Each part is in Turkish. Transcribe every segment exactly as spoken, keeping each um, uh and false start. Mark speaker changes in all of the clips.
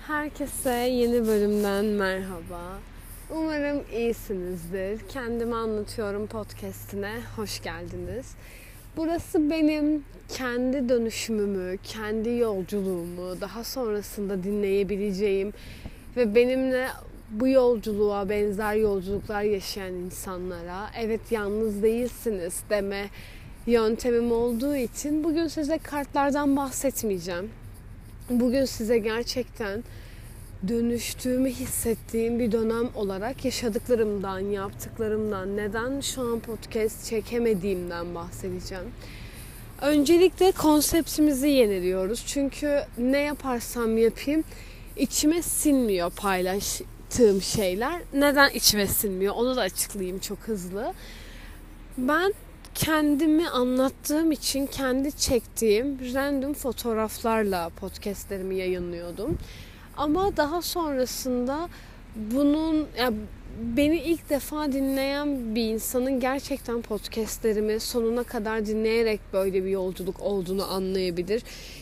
Speaker 1: Herkese yeni bölümden merhaba. Umarım iyisinizdir. Kendimi anlatıyorum podcast'ine hoş geldiniz. Burası benim kendi dönüşümümü, kendi yolculuğumu daha sonrasında dinleyebileceğim ve benimle bu yolculuğa benzer yolculuklar yaşayan insanlara evet yalnız değilsiniz deme yöntemim olduğu için bugün size kartlardan bahsetmeyeceğim. Bugün size gerçekten dönüştüğümü hissettiğim bir dönem olarak yaşadıklarımdan, yaptıklarımdan, neden şu an podcast çekemediğimden bahsedeceğim. Öncelikle konseptimizi yeniliyoruz. Çünkü ne yaparsam yapayım içime sinmiyor paylaştığım şeyler. Neden içime sinmiyor onu da açıklayayım çok hızlı. Ben kendimi anlattığım için kendi çektiğim random fotoğraflarla podcastlerimi yayınlıyordum. Ama daha sonrasında bunun yani beni ilk defa dinleyen bir insanın gerçekten podcastlerimi sonuna kadar dinleyerek böyle bir yolculuk olduğunu anlayabilir.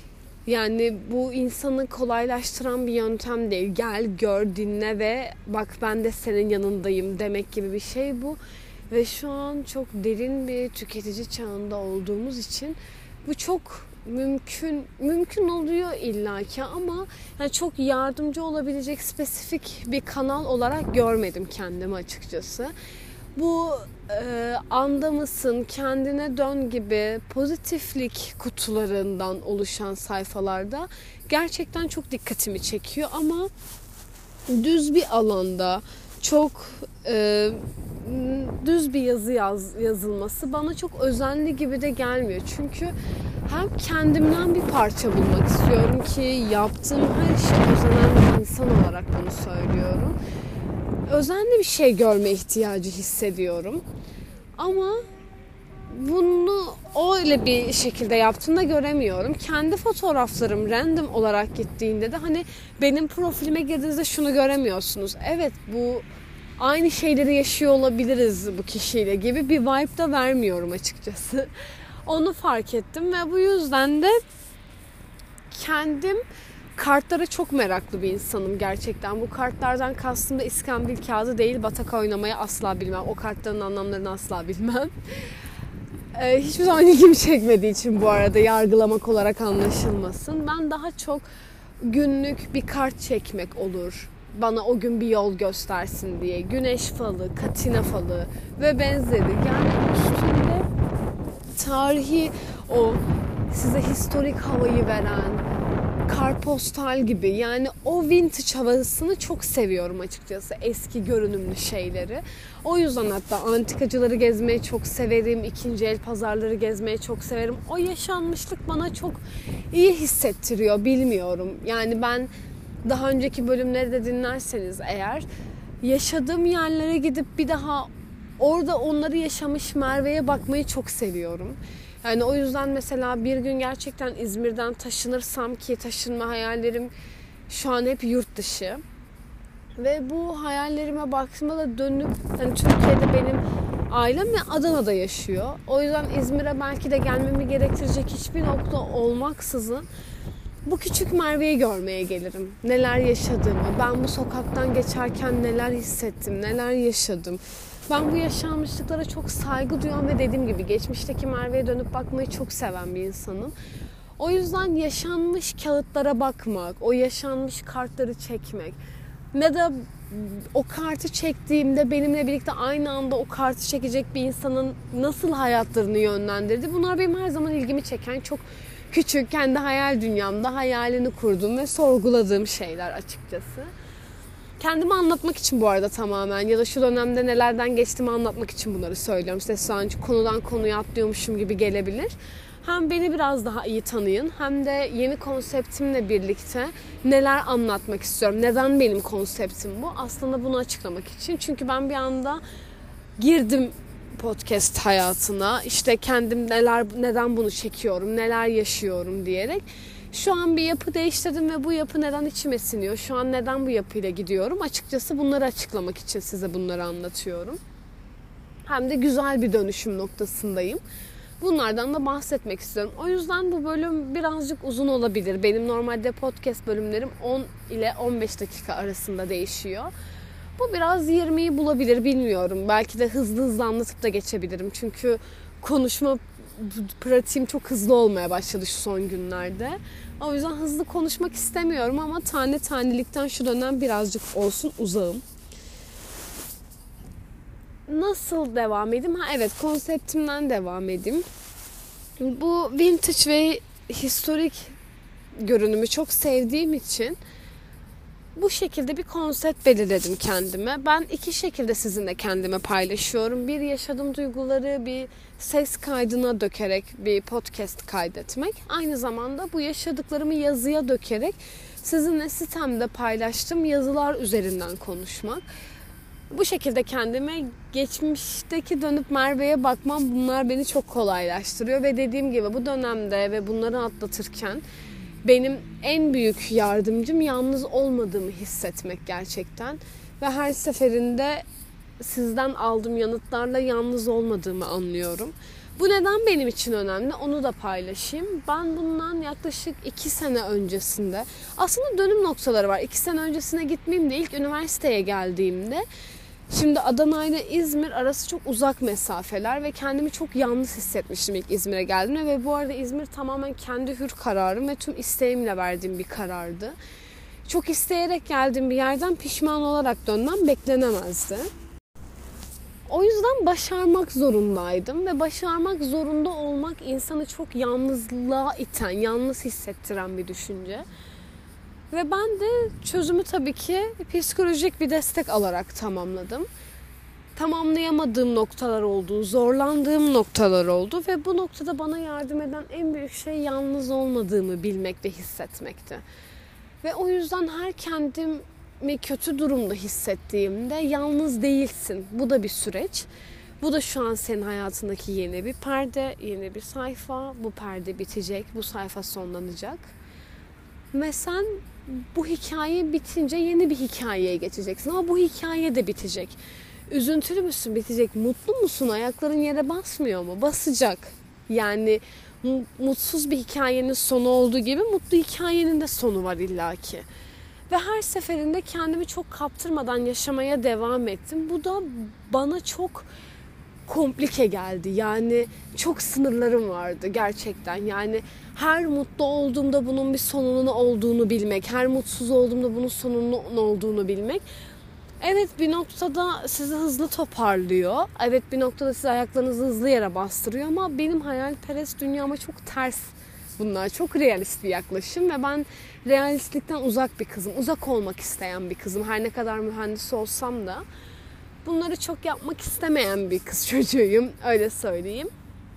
Speaker 1: Yani bu insanı kolaylaştıran bir yöntem değil. Gel, gör, dinle ve bak ben de senin yanındayım demek gibi bir şey bu. Ve şu an çok derin bir tüketici çağında olduğumuz için bu çok mümkün mümkün oluyor illaki ama yani çok yardımcı olabilecek spesifik bir kanal olarak görmedim kendimi açıkçası. Bu e, anda mısın, kendine dön gibi pozitiflik kutularından oluşan sayfalarda gerçekten çok dikkatimi çekiyor ama düz bir alanda çok e, düz bir yazı yaz, yazılması bana çok özenli gibi de gelmiyor. Çünkü hem kendimden bir parça bulmak istiyorum ki yaptığım her işe özenen bir insan olarak bunu söylüyorum. Özenli bir şey görme ihtiyacı hissediyorum. Ama bunu öyle bir şekilde yaptığımda göremiyorum. Kendi fotoğraflarım random olarak gittiğinde de hani benim profilime girdiğinizde şunu göremiyorsunuz. Evet bu aynı şeyleri yaşıyor olabiliriz bu kişiyle gibi bir vibe da vermiyorum açıkçası. Onu fark ettim ve bu yüzden de kendim kartlara çok meraklı bir insanım gerçekten. Bu kartlardan kastım da iskambil kağıdı değil, batak oynamayı asla bilmem. O kartların anlamlarını asla bilmem. Ee, hiçbir zaman ilgimi çekmediği için bu arada yargılamak olarak anlaşılmasın. Ben daha çok günlük bir kart çekmek olur. Bana o gün bir yol göstersin diye. Güneş falı, katina falı ve benzeri. Yani üstünde tarihi o size historik havayı veren kartpostal gibi yani o vintage havasını çok seviyorum açıkçası. Eski görünümlü şeyleri. O yüzden hatta antikacıları gezmeyi çok severim. İkinci el pazarları gezmeyi çok severim. O yaşanmışlık bana çok iyi hissettiriyor. Bilmiyorum. Yani ben daha önceki bölümleri de dinlerseniz eğer yaşadığım yerlere gidip bir daha orada onları yaşamış Merve'ye bakmayı çok seviyorum. Yani o yüzden mesela bir gün gerçekten İzmir'den taşınırsam ki taşınma hayallerim şu an hep yurt dışı. Ve bu hayallerime baktığımda da dönüp yani Türkiye'de benim ailem ve Adana'da yaşıyor. O yüzden İzmir'e belki de gelmemi gerektirecek hiçbir nokta olmaksızın bu küçük Merve'yi görmeye gelirim. Neler yaşadığımı, ben bu sokaktan geçerken neler hissettim, neler yaşadım. Ben bu yaşanmışlıklara çok saygı duyan ve dediğim gibi geçmişteki Merve'ye dönüp bakmayı çok seven bir insanım. O yüzden yaşanmış kağıtlara bakmak, o yaşanmış kartları çekmek ne de o kartı çektiğimde benimle birlikte aynı anda o kartı çekecek bir insanın nasıl hayatlarını yönlendirdi. Bunlar benim her zaman ilgimi çeken çok küçük, kendi hayal dünyamda hayalini kurduğum ve sorguladığım şeyler açıkçası. Kendimi anlatmak için bu arada tamamen ya da şu dönemde nelerden geçtiğimi anlatmak için bunları söylüyorum. İşte şu an konudan konuya atlıyormuşum gibi gelebilir. Hem beni biraz daha iyi tanıyın hem de yeni konseptimle birlikte neler anlatmak istiyorum. Neden benim konseptim bu? Aslında bunu açıklamak için. Çünkü ben bir anda girdim podcast hayatına. İşte kendim neler neden bunu çekiyorum, neler yaşıyorum diyerek. Şu an bir yapı değiştirdim ve bu yapı neden içime siniyor? Şu an neden bu yapıyla gidiyorum? Açıkçası bunları açıklamak için size bunları anlatıyorum. Hem de güzel bir dönüşüm noktasındayım. Bunlardan da bahsetmek istiyorum. O yüzden bu bölüm birazcık uzun olabilir. Benim normalde podcast bölümlerim on ile on beş dakika arasında değişiyor. Bu biraz yirmiyi bulabilir, bilmiyorum. Belki de hızlı hızlı anlatıp da geçebilirim. Çünkü konuşma pratiğim çok hızlı olmaya başladı şu son günlerde. O yüzden hızlı konuşmak istemiyorum ama tane tanelikten şu dönem birazcık olsun uzağım. Nasıl devam edeyim? Ha evet, konseptimden devam edeyim. Bu vintage ve historik görünümü çok sevdiğim için bu şekilde bir konsept belirledim kendime. Ben iki şekilde sizinle kendime paylaşıyorum. Bir, yaşadığım duyguları bir ses kaydına dökerek bir podcast kaydetmek. Aynı zamanda bu yaşadıklarımı yazıya dökerek sizinle sitemde paylaştığım yazılar üzerinden konuşmak. Bu şekilde kendime geçmişteki dönüp Merve'ye bakmam, bunlar beni çok kolaylaştırıyor. Ve dediğim gibi bu dönemde ve bunları atlatırken benim en büyük yardımcım yalnız olmadığımı hissetmek gerçekten. Ve her seferinde sizden aldığım yanıtlarla yalnız olmadığımı anlıyorum. Bu neden benim için önemli, onu da paylaşayım. Ben bundan yaklaşık iki sene öncesinde, aslında dönüm noktaları var. iki sene öncesine gitmeyeyim de ilk üniversiteye geldiğimde, şimdi Adana ile İzmir arası çok uzak mesafeler ve kendimi çok yalnız hissetmiştim ilk İzmir'e geldiğimde. Ve bu arada İzmir tamamen kendi hür kararım ve tüm isteğimle verdiğim bir karardı. Çok isteyerek geldiğim bir yerden pişman olarak dönmem beklenemezdi. O yüzden başarmak zorundaydım ve başarmak zorunda olmak insanı çok yalnızlığa iten, yalnız hissettiren bir düşünce. Ve ben de çözümü tabii ki psikolojik bir destek alarak tamamladım. Tamamlayamadığım noktalar oldu, zorlandığım noktalar oldu ve bu noktada bana yardım eden en büyük şey yalnız olmadığımı bilmek ve hissetmekti. Ve o yüzden her kendimi kötü durumda hissettiğimde yalnız değilsin. Bu da bir süreç. Bu da şu an senin hayatındaki yeni bir perde, yeni bir sayfa. Bu perde bitecek, bu sayfa sonlanacak. Ve sen bu hikaye bitince yeni bir hikayeye geçeceksin. Ama bu hikaye de bitecek. Üzüntülü müsün? Bitecek. Mutlu musun? Ayakların yere basmıyor mu? Basacak. Yani mutsuz bir hikayenin sonu olduğu gibi mutlu hikayenin de sonu var illaki. Ve her seferinde kendimi çok kaptırmadan yaşamaya devam ettim. Bu da bana çok komplike geldi. Yani çok sınırlarım vardı gerçekten. Yani her mutlu olduğumda bunun bir sonunun olduğunu bilmek, her mutsuz olduğumda bunun sonunun olduğunu bilmek. Evet, bir noktada sizi hızlı toparlıyor. Evet, bir noktada sizi ayaklarınızı hızlı yere bastırıyor ama benim hayalperest dünyama çok ters bunlar. Çok realist bir yaklaşım ve ben realistlikten uzak bir kızım. Uzak olmak isteyen bir kızım. Her ne kadar mühendis olsam da bunları çok yapmak istemeyen bir kız çocuğuyum. Öyle söyleyeyim.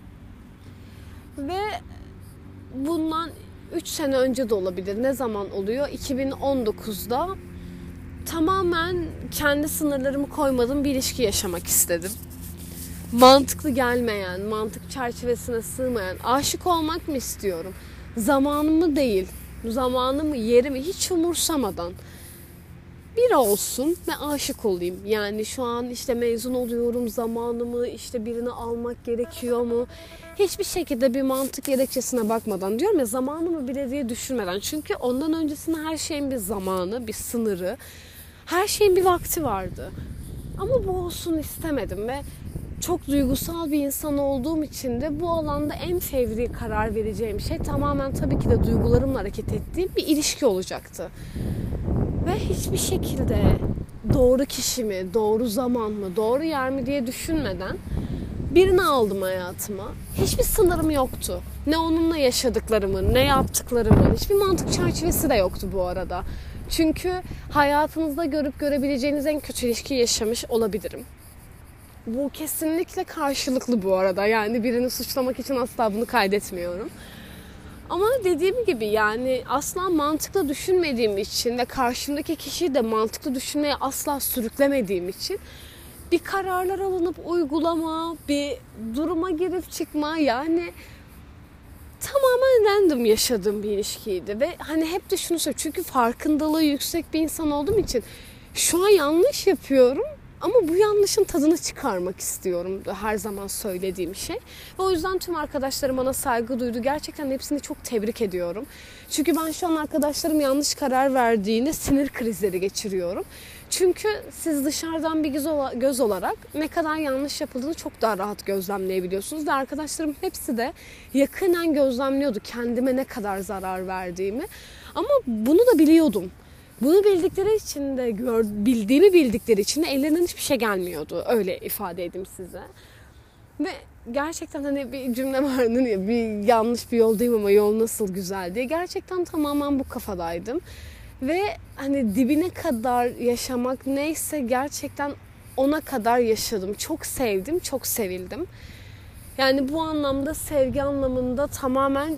Speaker 1: Ve bundan üç sene önce de olabilir. Ne zaman oluyor? iki bin on dokuzda tamamen kendi sınırlarımı koymadığım bir ilişki yaşamak istedim. Mantıklı gelmeyen, mantık çerçevesine sığmayan, aşık olmak mı istiyorum? Zamanımı değil, zamanımı, yerimi hiç umursamadan biri olsun ve aşık olayım. Yani şu an işte mezun oluyorum, zamanımı işte birini almak gerekiyor mu? Hiçbir şekilde bir mantık gerekçesine bakmadan, diyorum ya, zamanımı bile diye düşünmeden. Çünkü ondan öncesinde her şeyin bir zamanı, bir sınırı, her şeyin bir vakti vardı. Ama bu olsun istemedim ve çok duygusal bir insan olduğum için de bu alanda en fevri karar vereceğim şey tamamen tabii ki de duygularımla hareket ettiğim bir ilişki olacaktı. Ve hiçbir şekilde doğru kişi mi, doğru zaman mı, doğru yer mi diye düşünmeden birini aldım hayatıma. Hiçbir sınırım yoktu. Ne onunla yaşadıklarımın, ne yaptıklarımın, hiçbir mantık çerçevesi de yoktu bu arada. Çünkü hayatınızda görüp görebileceğiniz en kötü ilişkiyi yaşamış olabilirim. Bu kesinlikle karşılıklı bu arada. Yani birini suçlamak için asla bunu kaydetmiyorum. Ama dediğim gibi yani asla mantıklı düşünmediğim için ve karşımdaki kişiyi de mantıklı düşünmeye asla sürüklemediğim için bir kararlar alınıp uygulama, bir duruma girip çıkma, yani tamamen random yaşadığım bir ilişkiydi. Ve hani hep de şunu söylüyorum, çünkü farkındalığı yüksek bir insan olduğum için şu an yanlış yapıyorum Ama bu yanlışın tadını çıkarmak istiyorum. Her zaman söylediğim şey. Ve o yüzden tüm arkadaşlarım bana saygı duydu. Gerçekten hepsini çok tebrik ediyorum. Çünkü ben şu an arkadaşlarım yanlış karar verdiğinde sinir krizleri geçiriyorum. Çünkü siz dışarıdan bir göz olarak ne kadar yanlış yapıldığını çok daha rahat gözlemleyebiliyorsunuz. Ve arkadaşlarım hepsi de yakından gözlemliyordu kendime ne kadar zarar verdiğimi. Ama bunu da biliyordum. Bunu bildikleri için de, gör, bildiğimi bildikleri için de ellerinden hiçbir şey gelmiyordu. Öyle ifade edeyim size. Ve gerçekten hani bir cümle vardı ya, bir yanlış bir yoldayım ama yol nasıl güzel diye. Gerçekten tamamen bu kafadaydım. Ve hani dibine kadar yaşamak neyse gerçekten ona kadar yaşadım. Çok sevdim, çok sevildim. Yani bu anlamda, sevgi anlamında tamamen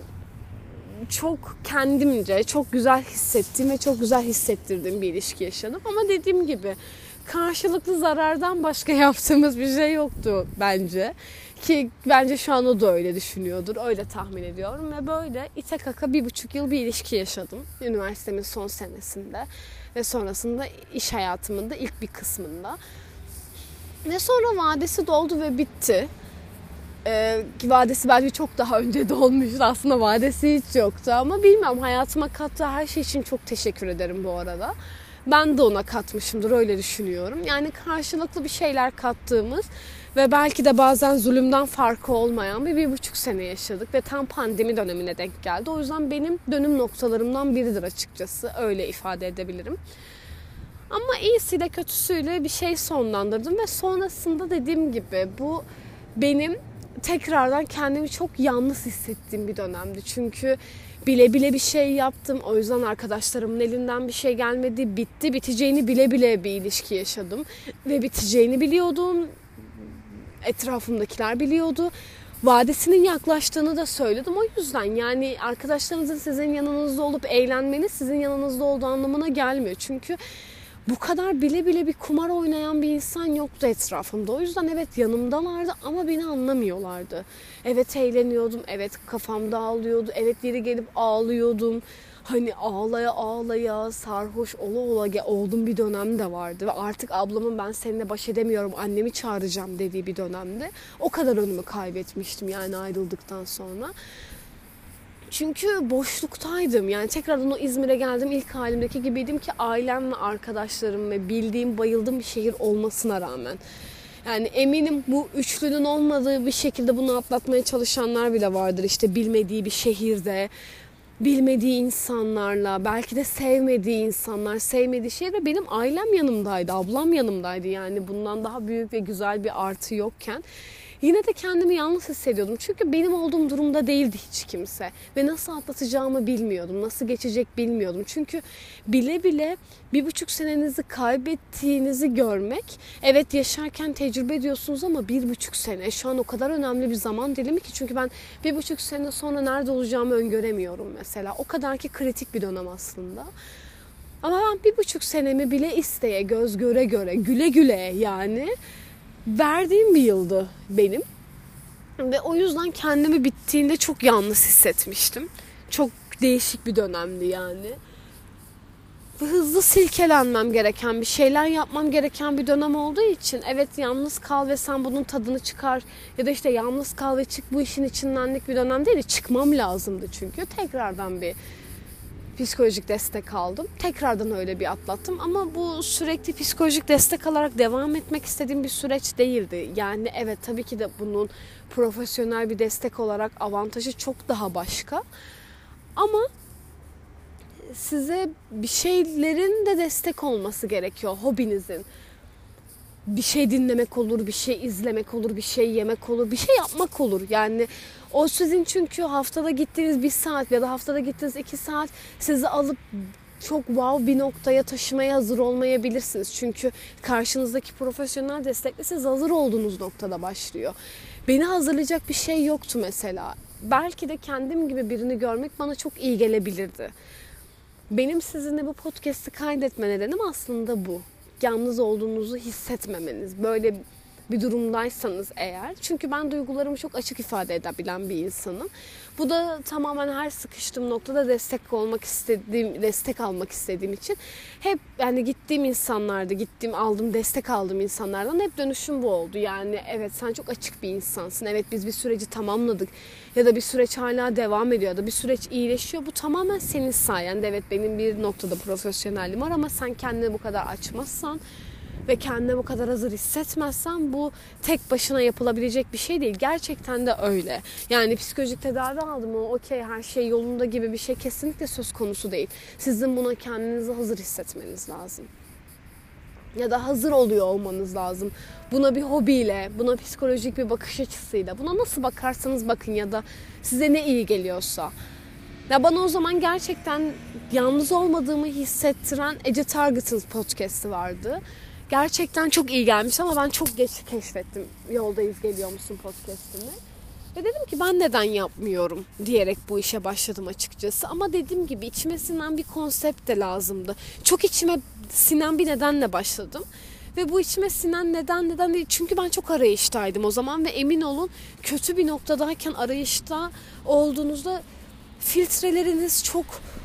Speaker 1: çok kendimce, çok güzel hissettiğim ve çok güzel hissettirdiğim bir ilişki yaşadım. Ama dediğim gibi karşılıklı zarardan başka yaptığımız bir şey yoktu bence. Ki bence şu an o da öyle düşünüyordur, öyle tahmin ediyorum. Ve böyle ite kaka bir buçuk yıl bir ilişki yaşadım. Üniversitemin son senesinde ve sonrasında iş hayatımın da ilk bir kısmında. Ve sonra vadesi doldu ve bitti. Ee, vadesi bence çok daha önce dolmuştu. Aslında vadesi hiç yoktu ama bilmiyorum, hayatıma kattığı her şey için çok teşekkür ederim bu arada. Ben de ona katmışımdır, öyle düşünüyorum. Yani karşılıklı bir şeyler kattığımız ve belki de bazen zulümden farkı olmayan bir, bir buçuk sene yaşadık ve tam pandemi dönemine denk geldi. O yüzden benim dönüm noktalarımdan biridir açıkçası, öyle ifade edebilirim. Ama iyisiyle kötüsüyle bir şey sonlandırdım ve sonrasında dediğim gibi bu benim tekrardan kendimi çok yalnız hissettiğim bir dönemdi. Çünkü bile bile bir şey yaptım. O yüzden arkadaşlarımın elinden bir şey gelmedi. Bitti. Biteceğini bile bile bir ilişki yaşadım. Ve biteceğini biliyordum. Etrafımdakiler biliyordu. Vadesinin yaklaştığını da söyledim. O yüzden yani arkadaşlarınızın sizin yanınızda olup eğlenmeniz sizin yanınızda olduğu anlamına gelmiyor. Çünkü bu kadar bile bile bir kumar oynayan bir insan yoktu etrafımda. O yüzden evet yanımdalardı ama beni anlamıyorlardı. Evet eğleniyordum, evet kafam dağılıyordu, evet yeri gelip ağlıyordum. Hani ağlaya ağlaya, sarhoş ola ola olduğum bir dönem de vardı. Ve artık ablamın ben seninle baş edemiyorum, annemi çağıracağım dediği bir dönemde. O kadar önümü kaybetmiştim yani ayrıldıktan sonra. Çünkü boşluktaydım. Yani tekrardan o İzmir'e geldim. İlk halimdeki gibiydim ki ailem ve arkadaşlarım ve bildiğim, bayıldığım bir şehir olmasına rağmen. Yani eminim bu üçlünün olmadığı bir şekilde bunu atlatmaya çalışanlar bile vardır. İşte bilmediği bir şehirde, bilmediği insanlarla, belki de sevmediği insanlar, sevmediği şehir ve benim ailem yanımdaydı, ablam yanımdaydı. Yani bundan daha büyük ve güzel bir artı yokken yine de kendimi yalnız hissediyordum. Çünkü benim olduğum durumda değildi hiç kimse. Ve nasıl atlatacağımı bilmiyordum. Nasıl geçecek bilmiyordum. Çünkü bile bile bir buçuk senenizi kaybettiğinizi görmek, evet yaşarken tecrübe ediyorsunuz ama bir buçuk sene şu an o kadar önemli bir zaman dilimi ki. Çünkü ben bir buçuk sene sonra nerede olacağımı öngöremiyorum mesela. O kadar ki kritik bir dönem aslında. Ama ben bir buçuk senemi bile isteye, göz göre göre, güle güle yani verdiğim bir yıldı benim. Ve o yüzden kendimi bittiğinde çok yalnız hissetmiştim. Çok değişik bir dönemdi yani. Ve hızlı silkelenmem gereken, bir şeyler yapmam gereken bir dönem olduğu için evet yalnız kal ve sen bunun tadını çıkar ya da işte yalnız kal ve çık bu işin içindenlik bir dönem değil de çıkmam lazımdı çünkü. Tekrardan bir psikolojik destek aldım. Tekrardan öyle bir atlattım ama bu sürekli psikolojik destek alarak devam etmek istediğim bir süreç değildi. Yani evet tabii ki de bunun profesyonel bir destek olarak avantajı çok daha başka. Ama size bir şeylerin de destek olması gerekiyor, hobinizin. Bir şey dinlemek olur, bir şey izlemek olur, bir şey yemek olur, bir şey yapmak olur. Yani o sizin çünkü haftada gittiğiniz bir saat ya da haftada gittiğiniz iki saat sizi alıp çok wow bir noktaya taşımaya hazır olmayabilirsiniz. Çünkü karşınızdaki profesyonel destekle siz hazır olduğunuz noktada başlıyor. Beni hazırlayacak bir şey yoktu mesela. Belki de kendim gibi birini görmek bana çok iyi gelebilirdi. Benim sizinle bu podcast'i kaydetme nedenim aslında bu. Yalnız olduğunuzu hissetmemeniz, böyle bir durumdaysanız eğer. Çünkü ben duygularımı çok açık ifade edebilen bir insanım. Bu da tamamen her sıkıştığım noktada destek olmak istediğim, destek almak istediğim için hep yani gittiğim insanlarda, gittiğim, aldığım, destek aldığım insanlardan hep dönüşüm bu oldu. Yani evet sen çok açık bir insansın. Evet biz bir süreci tamamladık ya da bir süreç hala devam ediyor ya da bir süreç iyileşiyor. Bu tamamen senin sayende. Evet benim bir noktada profesyonelliğim var ama sen kendini bu kadar açmazsan ve kendine bu kadar hazır hissetmezsen bu tek başına yapılabilecek bir şey değil. Gerçekten de öyle. Yani psikolojik tedavi aldım o okey her şey yolunda gibi bir şey kesinlikle söz konusu değil. Sizin buna kendinizi hazır hissetmeniz lazım. Ya da hazır oluyor olmanız lazım. Buna bir hobiyle, buna psikolojik bir bakış açısıyla, buna nasıl bakarsanız bakın ya da size ne iyi geliyorsa. Ya bana o zaman gerçekten yalnız olmadığımı hissettiren Ece Target'ın podcast'i vardı. Gerçekten çok iyi gelmiş ama ben çok geç keşfettim Yoldayız Geliyor Musun podcast'ini. Ve dedim ki ben neden yapmıyorum diyerek bu işe başladım açıkçası. Ama dediğim gibi içime sinen bir konsept de lazımdı. Çok içime sinen bir nedenle başladım. Ve bu içime sinen neden neden değil. Çünkü ben çok arayıştaydım o zaman ve emin olun kötü bir noktadayken arayışta olduğunuzda filtreleriniz çok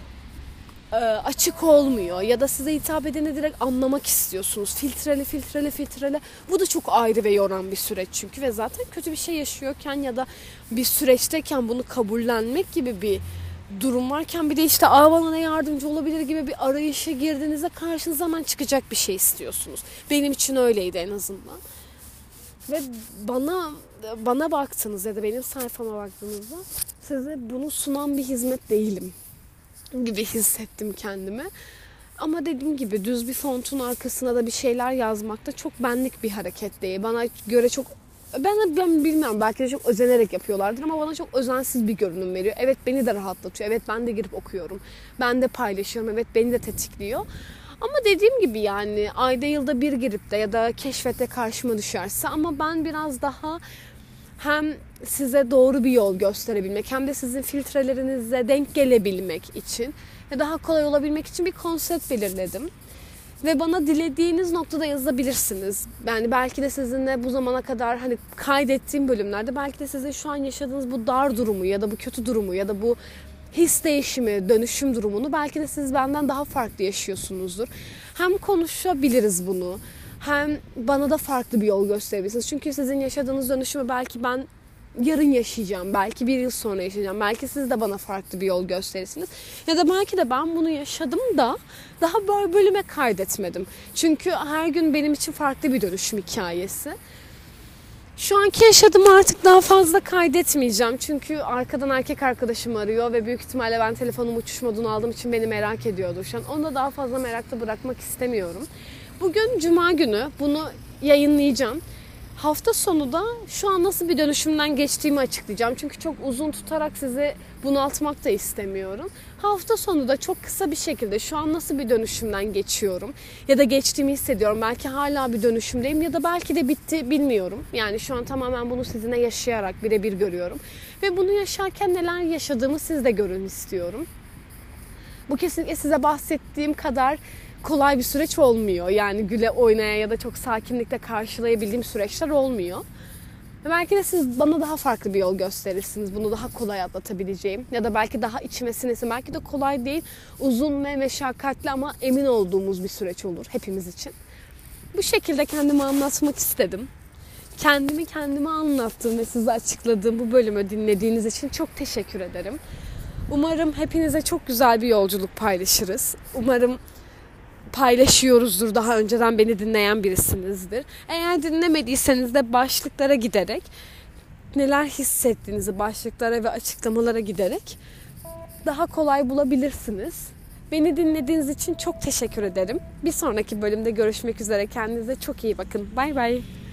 Speaker 1: e, açık olmuyor ya da size hitap edeni direkt anlamak istiyorsunuz. Filtrele filtrele filtrele. Bu da çok ayrı ve yoran bir süreç çünkü ve zaten kötü bir şey yaşıyorken ya da bir süreçteyken bunu kabullenmek gibi bir durum varken bir de işte aa bana ne yardımcı olabilir gibi bir arayışa girdiğinizde karşınıza hemen çıkacak bir şey istiyorsunuz. Benim için öyleydi en azından. Ve bana bana baktığınız ya da benim sayfama baktığınızda size bunu sunan bir hizmet değilim gibi hissettim kendimi. Ama dediğim gibi düz bir fontun arkasına da bir şeyler yazmak da çok benlik bir hareket değil. Bana göre çok ben, ben bilmiyorum belki de çok özenerek yapıyorlardır ama bana çok özensiz bir görünüm veriyor. Evet beni de rahatlatıyor. Evet ben de girip okuyorum. Ben de paylaşıyorum. Evet beni de tetikliyor. Ama dediğim gibi yani ayda yılda bir girip de ya da keşfete karşıma düşerse ama ben biraz daha hem size doğru bir yol gösterebilmek hem de sizin filtrelerinize denk gelebilmek için ve daha kolay olabilmek için bir konsept belirledim. Ve bana dilediğiniz noktada yazabilirsiniz. Yani belki de sizinle bu zamana kadar hani kaydettiğim bölümlerde belki de sizin şu an yaşadığınız bu dar durumu ya da bu kötü durumu ya da bu his değişimi, dönüşüm durumunu belki de siz benden daha farklı yaşıyorsunuzdur. Hem konuşabiliriz bunu hem bana da farklı bir yol gösterebilirsiniz. Çünkü sizin yaşadığınız dönüşümü belki ben yarın yaşayacağım, belki bir yıl sonra yaşayacağım. Belki siz de bana farklı bir yol gösterirsiniz. Ya da belki de ben bunu yaşadım da daha böyle bölüme kaydetmedim. Çünkü her gün benim için farklı bir dönüşüm hikayesi. Şu anki yaşadığımı artık daha fazla kaydetmeyeceğim. Çünkü arkadan erkek arkadaşım arıyor ve büyük ihtimalle ben telefonumu uçuş moduna aldığım için beni merak ediyordur şu an. Onu da daha fazla merakta bırakmak istemiyorum. Bugün Cuma günü bunu yayınlayacağım. Hafta sonu da şu an nasıl bir dönüşümden geçtiğimi açıklayacağım. Çünkü çok uzun tutarak sizi bunaltmak da istemiyorum. Hafta sonu da çok kısa bir şekilde şu an nasıl bir dönüşümden geçiyorum ya da geçtiğimi hissediyorum. Belki hala bir dönüşümdeyim ya da belki de bitti bilmiyorum. Yani şu an tamamen bunu sizinle yaşayarak birebir görüyorum. Ve bunu yaşarken neler yaşadığımı siz de görün istiyorum. Bu kesinlikle size bahsettiğim kadar kolay bir süreç olmuyor. Yani güle oynaya ya da çok sakinlikle karşılayabildiğim süreçler olmuyor. Ve belki de siz bana daha farklı bir yol gösterirsiniz. Bunu daha kolay atlatabileceğim. Ya da belki daha içime sinesin. Belki de kolay değil, uzun ve meşakkatli ama emin olduğumuz bir süreç olur hepimiz için. Bu şekilde kendimi anlatmak istedim. Kendimi kendime anlattığım ve size açıkladığım bu bölümü dinlediğiniz için çok teşekkür ederim. Umarım hepinize çok güzel bir yolculuk paylaşırız. Umarım paylaşıyoruzdur. Daha önceden beni dinleyen birisinizdir. Eğer dinlemediyseniz de başlıklara giderek neler hissettiğinizi başlıklara ve açıklamalara giderek daha kolay bulabilirsiniz. Beni dinlediğiniz için çok teşekkür ederim. Bir sonraki bölümde görüşmek üzere. Kendinize çok iyi bakın. Bay bay.